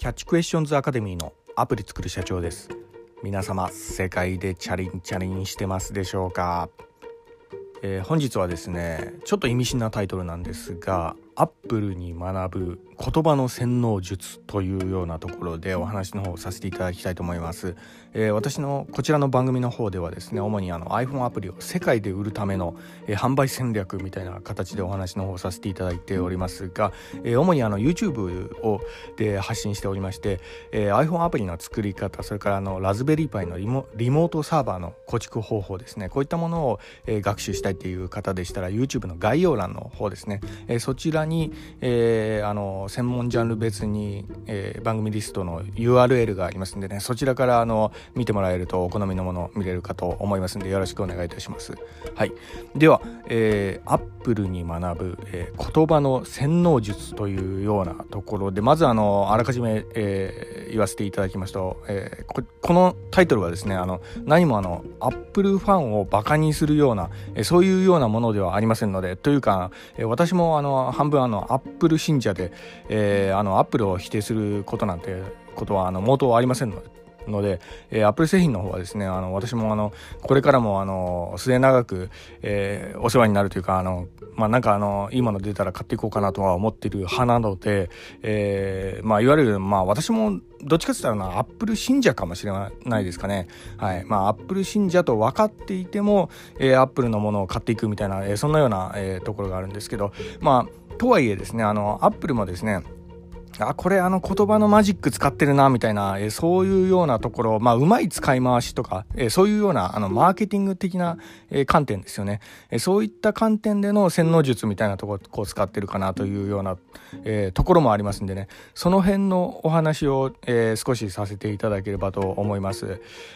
キャッチクエスチョンズアカデミーのアプリ作る社長です。皆様世界でチャリンしてますでしょうか。本日はですね、ちょっと意味深なタイトルなんですが、アップルに学ぶ言葉の洗脳術というようなところでお話の方をさせていただきたいと思います。私のこちらの番組の方ではですね、主にiPhone アプリを世界で売るための、販売戦略みたいな形でお話の方をさせていただいておりますが、主にYouTube で発信しておりまして、iPhone アプリの作り方、それからラズベリーパイのリモートサーバーの構築方法ですね、こういったものを、学習したいという方でしたら YouTube の概要欄の方ですね、そちらに、専門ジャンル別に、番組リストの URL がありますんでね、そちらから見てもらえるとお好みのもの見れるかと思いますので、よろしくお願いいたします。はい、では、Apple に学ぶ、言葉の洗脳術というようなところで、まずあらかじめ、言わせていただきますと、このタイトルはですね、何もApple ファンをバカにするような、そういうようなものではありませんので、というか、私も半分Apple 信者で、Apple を否定することなんてことは毛頭ありませんので、Apple 製品の方はですね、私もこれからも末永く、お世話になるというか、なんかいいもの出たら買っていこうかなとは思っている派なので、いわゆる私もどっちかと言ったらApple 信者かもしれないですかね。はい、Apple 信者と分かっていても、Apple のものを買っていくみたいな、そんなような、ところがあるんですけど、とはいえですね、Apple もですね、これ言葉のマジック使ってるなみたいな、そういうようなところ、うまい使い回しとか、そういうようなマーケティング的な、観点ですよね。そういった観点での洗脳術みたいなところを使ってるかなというような、ところもありますんでね、その辺のお話を、少しさせていただければと思います。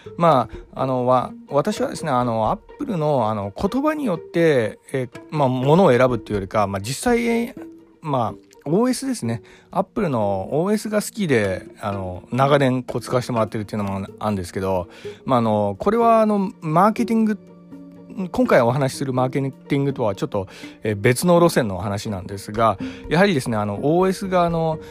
私はですね、Apple の言葉によって、ものを選ぶっていうよりか、実際OS ですね。Apple の OS が好きで、長年使わせてもらってるっていうのもあるんですけど、これはマーケティング、今回お話しするマーケティングとはちょっと、別の路線の話なんですが、やはりですね、OS が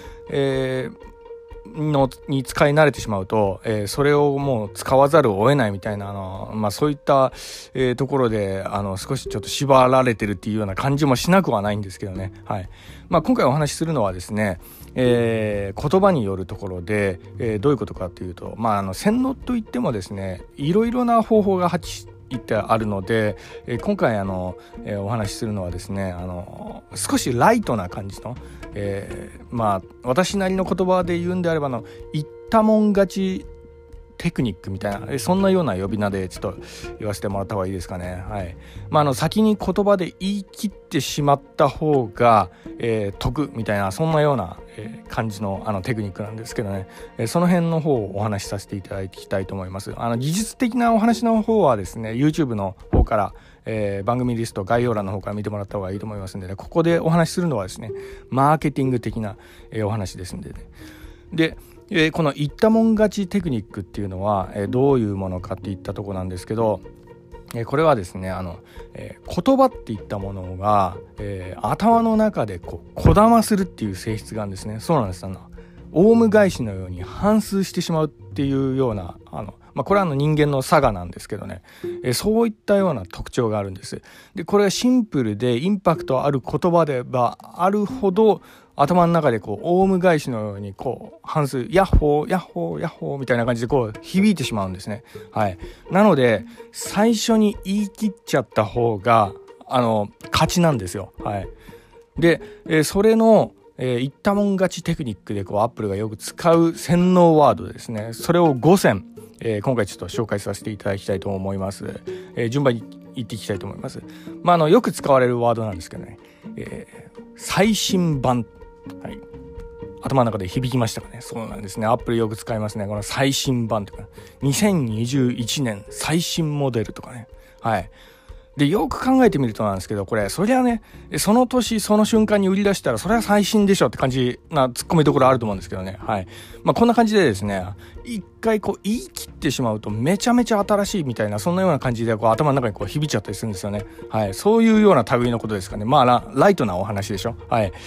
に使い慣れてしまうと、それをもう使わざるを得ないみたいなそういった、ところで少しちょっと縛られてるっていうような感じもしなくはないんですけどね。はい。今回お話しするのはですね、言葉によるところで、どういうことかというと、洗脳といってもですね、いろいろな方法がってあるので、今回お話しするのはですね、少しライトな感じの、私なりの言葉で言うんであれば言ったもん勝ちテクニックみたいな、そんなような呼び名でちょっと言わせてもらった方がいいですかね。はい。先に言葉で言い切ってしまった方が、得みたいな、そんなような、感じのテクニックなんですけどね、その辺の方をお話しさせていただきたいと思います。技術的なお話の方はですね、 YouTube の方から、番組リスト概要欄の方から見てもらった方がいいと思いますんでね、ここでお話しするのはですね、マーケティング的な、お話ですんでね。で、この言ったもん勝ちテクニックっていうのは、どういうものかっていったところなんですけど、これはですね、言葉っていったものが、頭の中でこだまするっていう性質があるんですね。そうなんです。オウム返しのように反芻してしまうっていうようなこれは人間の差がなんですけどね、そういったような特徴があるんです。で、これはシンプルでインパクトある言葉ではあるほど、頭の中でオウム返しのように反芻、ヤッホーヤッホーヤッホーみたいな感じで響いてしまうんですね。はい。なので最初に言い切っちゃった方が勝ちなんですよ。はい。で、それの言ったもん勝ちテクニックでアップルがよく使う洗脳ワードですね。それを5選、今回ちょっと紹介させていただきたいと思います。順番に言っていきたいと思います。よく使われるワードなんですけどね、最新版。はい。頭の中で響きましたかね。そうなんですね。アップルよく使いますね。この最新版とか、2021年最新モデルとかね。はい。で、よく考えてみるとなんですけど、これ、そりゃね、その年、その瞬間に売り出したら、それは最新でしょって感じな突っ込みどころあると思うんですけどね。はい。こんな感じでですね、一回言い切ってしまうと、めちゃめちゃ新しいみたいな、そんなような感じで、頭の中に響いちゃったりするんですよね。はい。そういうような類のことですかね。ライトなお話でしょ。はい。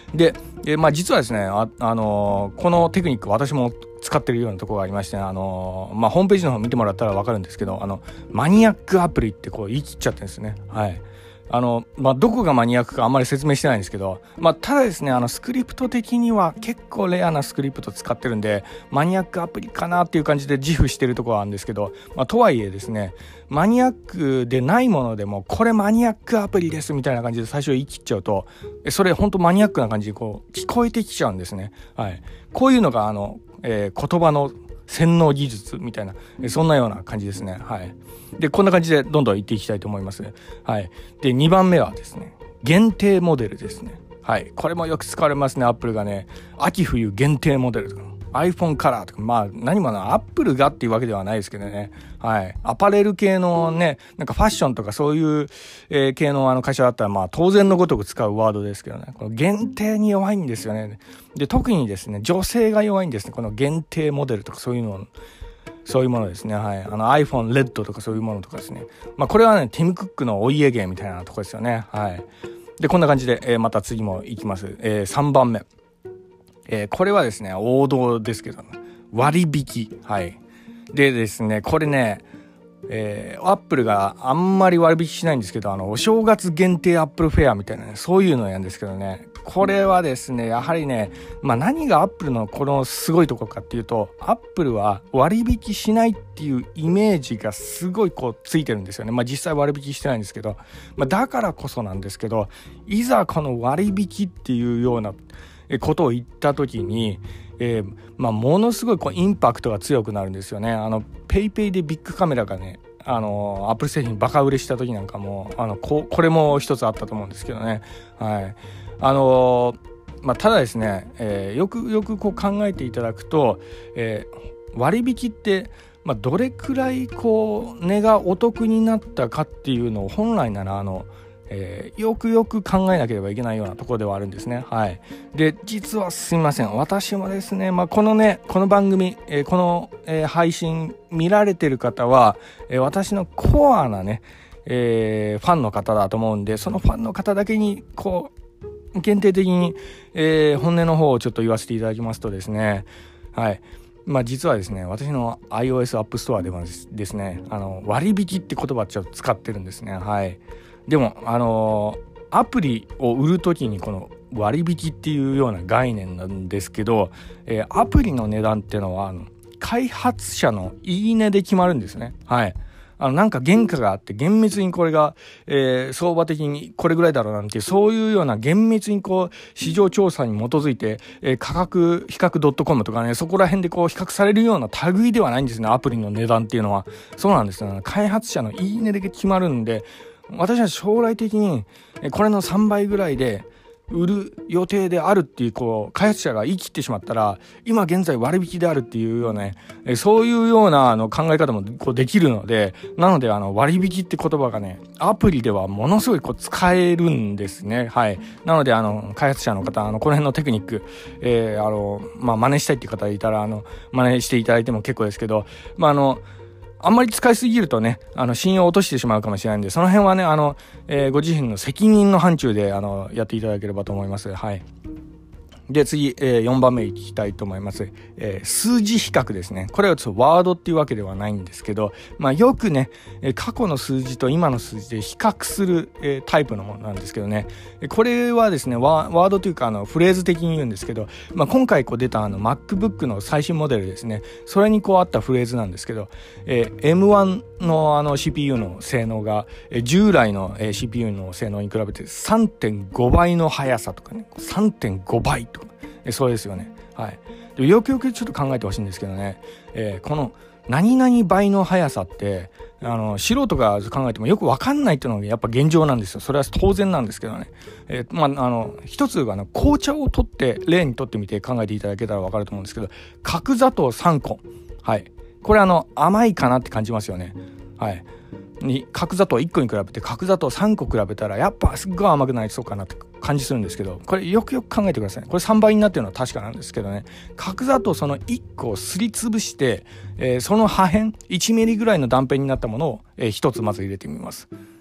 で、実はですね、このテクニック私も使ってるようなところがありまして、ホームページの方見てもらったら分かるんですけど、マニアックアプリってこう言い切っちゃってるんですね。はい。どこがマニアックかあんまり説明してないんですけど、ただですね、スクリプト的には結構レアなスクリプト使ってるんで、マニアックアプリかなっていう感じで自負してるところはあるんですけど、とはいえですね、マニアックでないものでも、これマニアックアプリですみたいな感じで最初言い切っちゃうと、それ本当マニアックな感じでこう聞こえてきちゃうんですね。はい。こういうのが言葉の洗脳技術みたいな、そんなような感じですね。はい。で、こんな感じでどんどん言っていきたいと思います。はい。で、2番目はですね、限定モデルですね。はい。これもよく使われますね、アップルがね。秋冬限定モデルとか、iPhone カラーとか、何もアップルがっていうわけではないですけどね。はい。アパレル系のね、なんかファッションとかそういう、系の会社だったら、当然のごとく使うワードですけどね。この限定に弱いんですよね。で、特にですね、女性が弱いんですね。この限定モデルとかそういうものですね。はい。iPhone レッドとかそういうものとかですね。これはね、ティム・クックのお家芸みたいなとこですよね。はい。で、こんな感じで、また次もいきます。3番目。これはですね、王道ですけど、割引。はい。でですね、これね、アップルがあんまり割引しないんですけど、お正月限定アップルフェアみたいなね、そういうのをやるんですけどね、これはですね、やはりね、何がアップルのこのすごいところかっていうと、アップルは割引しないっていうイメージがすごいこうついてるんですよね。実際割引してないんですけど、だからこそなんですけど、いざこの割引っていうようなことを言った時に、ものすごいこうインパクトが強くなるんですよね。ペイペイでビッグカメラがね、アップル製品バカ売れした時なんかもこれも一つあったと思うんですけどね。はい。ただですね、よくこう考えていただくと、割引ってどれくらいこう値がお得になったかっていうのを本来ならよく考えなければいけないようなところではあるんですね。はい。で、実はすみません。私もですね、この番組、この、配信見られてる方は、私のコアなね、ファンの方だと思うんで、そのファンの方だけに、こう、限定的に、本音の方をちょっと言わせていただきますとですね、はい。実はですね、私の iOS アップストアではですね、割引って言葉をちょっと使ってるんですね。はい。でもアプリを売るときにこの割引っていうような概念なんですけど、アプリの値段っていうのは開発者の言い値で決まるんですね。はい。なんか原価があって厳密にこれが、相場的にこれぐらいだろうなんていうそういうような厳密にこう市場調査に基づいて、価格比較 .com とかね、そこら辺でこう比較されるような類ではないんですね。アプリの値段っていうのは。そうなんですよ。開発者の言い値で決まるんで、私は将来的にこれの3倍ぐらいで売る予定であるっていうこう開発者が言い切ってしまったら、今現在割引であるっていうようなそういうような考え方もこうできるので、なので割引って言葉がね、アプリではものすごいこう使えるんですね。はい。なので開発者の方この辺のテクニック、真似したいっていう方いたら真似していただいても結構ですけど、あんまり使いすぎるとね、信用を落としてしまうかもしれないんで、その辺はね、ご自身の責任の範疇で、やっていただければと思います。はい。で、次、4番目いきたいと思います。数字比較ですね。これはちょっとワードっていうわけではないんですけど、よくね、過去の数字と今の数字で比較する、タイプのものなんですけどね。これはですね、ワードというかフレーズ的に言うんですけど、今回こう出たMacBook の最新モデルですね。それにこうあったフレーズなんですけど、M1 のCPU の性能が、従来の、CPU の性能に比べて 3.5 倍の速さとかね、3.5 倍とか、そうですよね。はい。でよくちょっと考えてほしいんですけどね、この何々倍の速さって素人が考えてもよく分かんないっていうのがやっぱ現状なんですよ。それは当然なんですけどね。一つが紅茶を例にとってみて考えていただけたら分かると思うんですけど、角砂糖3個。はい。これ甘いかなって感じますよね。はい。角砂糖1個に比べて角砂糖3個比べたらやっぱすっごい甘くなりそうかなって感じするんですけど、これよく考えてください。これ3倍になってるのは確かなんですけどね、角砂糖その1個をすりつぶして、その破片1ミリぐらいの断片になったものを、1つまず入れてみます。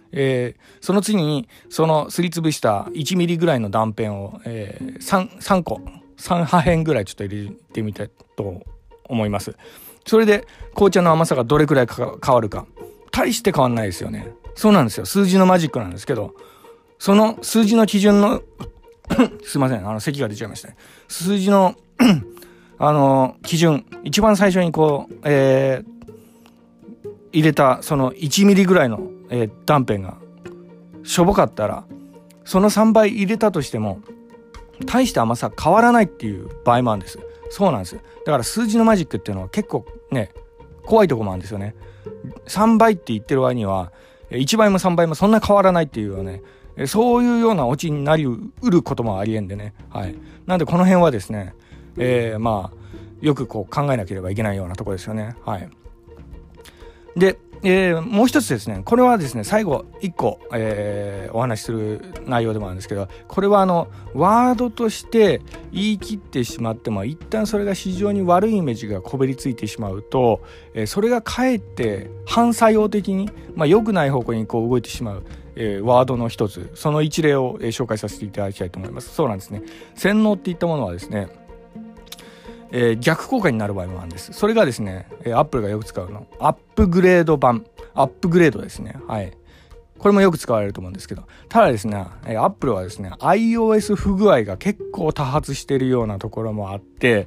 その次にそのすりつぶした1ミリぐらいの断片を、3破片ぐらいちょっと入れてみたいと思います。それで紅茶の甘さがどれくらい変わるか、大して変わんないですよね。そうなんですよ。数字のマジックなんですけど、その数字の基準のすいません、咳が出ちゃいましたね。数字の基準、一番最初にこう、入れたその1ミリぐらいの、断片がしょぼかったら、その3倍入れたとしても大して甘さ変わらないっていう場合もあるんです。そうなんです。だから数字のマジックっていうのは結構ね、怖いところもあるんですよね。3倍って言ってる割には1倍も3倍もそんな変わらないっていうよね、そういうようなオチになりうることもありえんでね。はい。なんでこの辺はですね、まあよくこう考えなければいけないようなところですよね。はい。で、もう一つですね、これはですね、最後一個、お話しする内容でもあるんですけど、これはワードとして言い切ってしまっても、一旦それが非常に悪いイメージがこびりついてしまうと、それがかえって反作用的に、良くない方向にこう動いてしまう、ワードの一つ、その一例を、紹介させていただきたいと思います。そうなんですね。洗脳っていったものはですね、逆効果になる場合もあるんです。それがですね、アップルがよく使うのアップグレード版、アップグレードですね。はい。これもよく使われると思うんですけど、ただですね、アップルはですね iOS 不具合が結構多発しているようなところもあって、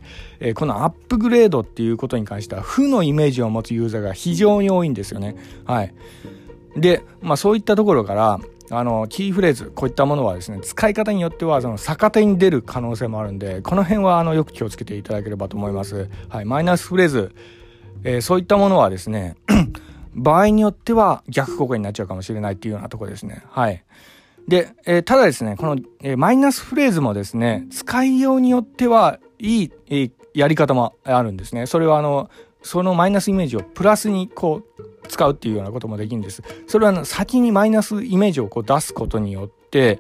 このアップグレードっていうことに関しては負のイメージを持つユーザーが非常に多いんですよね。はい。で、そういったところからキーフレーズ、こういったものはですね、使い方によってはその逆手に出る可能性もあるんで、この辺はよく気をつけていただければと思います。はい。マイナスフレーズ、そういったものはですね場合によっては逆効果になっちゃうかもしれないっていうようなところですね。はい。で、ただですね、この、マイナスフレーズもですね、使いようによってはいい、やり方もあるんですね。それはそのマイナスイメージをプラスにこう使うっていうようなこともできるんです。それは先にマイナスイメージをこう出すことによって、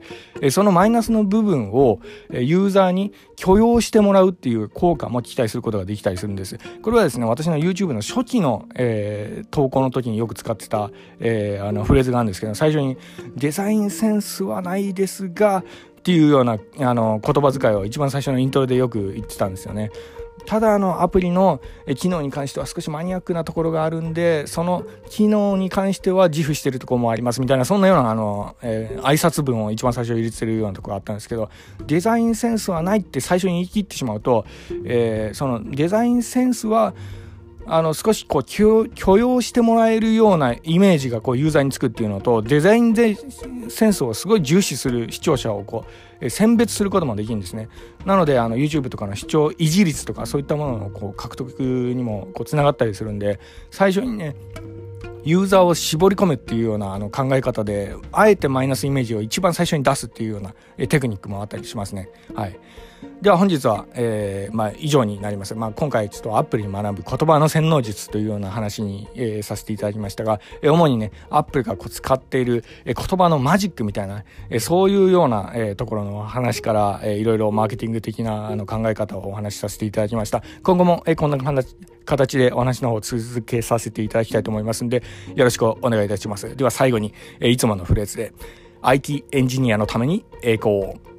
そのマイナスの部分をユーザーに許容してもらうっていう効果も期待することができたりするんです。これはですね、私の YouTube の初期の、投稿の時によく使ってた、フレーズがあるんですけど、最初にデザインセンスはないですがっていうような言葉遣いを一番最初のイントロでよく言ってたんですよね。ただアプリの機能に関しては少しマニアックなところがあるんで、その機能に関しては自負しているところもありますみたいな、そんなような挨拶文を一番最初に入れてるようなところがあったんですけど、デザインセンスはないって最初に言い切ってしまうと、そのデザインセンスは少しこう許容してもらえるようなイメージがこうユーザーにつくっていうのと、デザインセンスをすごい重視する視聴者をこう選別することもできるんですね。なのでYouTube とかの視聴維持率とかそういったもののこう獲得にもこうつながったりするんで、最初にねユーザーを絞り込むっていうような考え方で、あえてマイナスイメージを一番最初に出すっていうようなテクニックもあったりしますね。はい。では本日は、以上になります。今回ちょっとアップルに学ぶ言葉の洗脳術というような話に、させていただきましたが、主にねアップルが使っている、言葉のマジックみたいな、そういうような、ところの話から、いろいろマーケティング的な考え方をお話しさせていただきました。今後も、こんな形でお話の方を続けさせていただきたいと思いますので、よろしくお願いいたします。では最後に、いつものフレーズで IT エンジニアのために栄光を。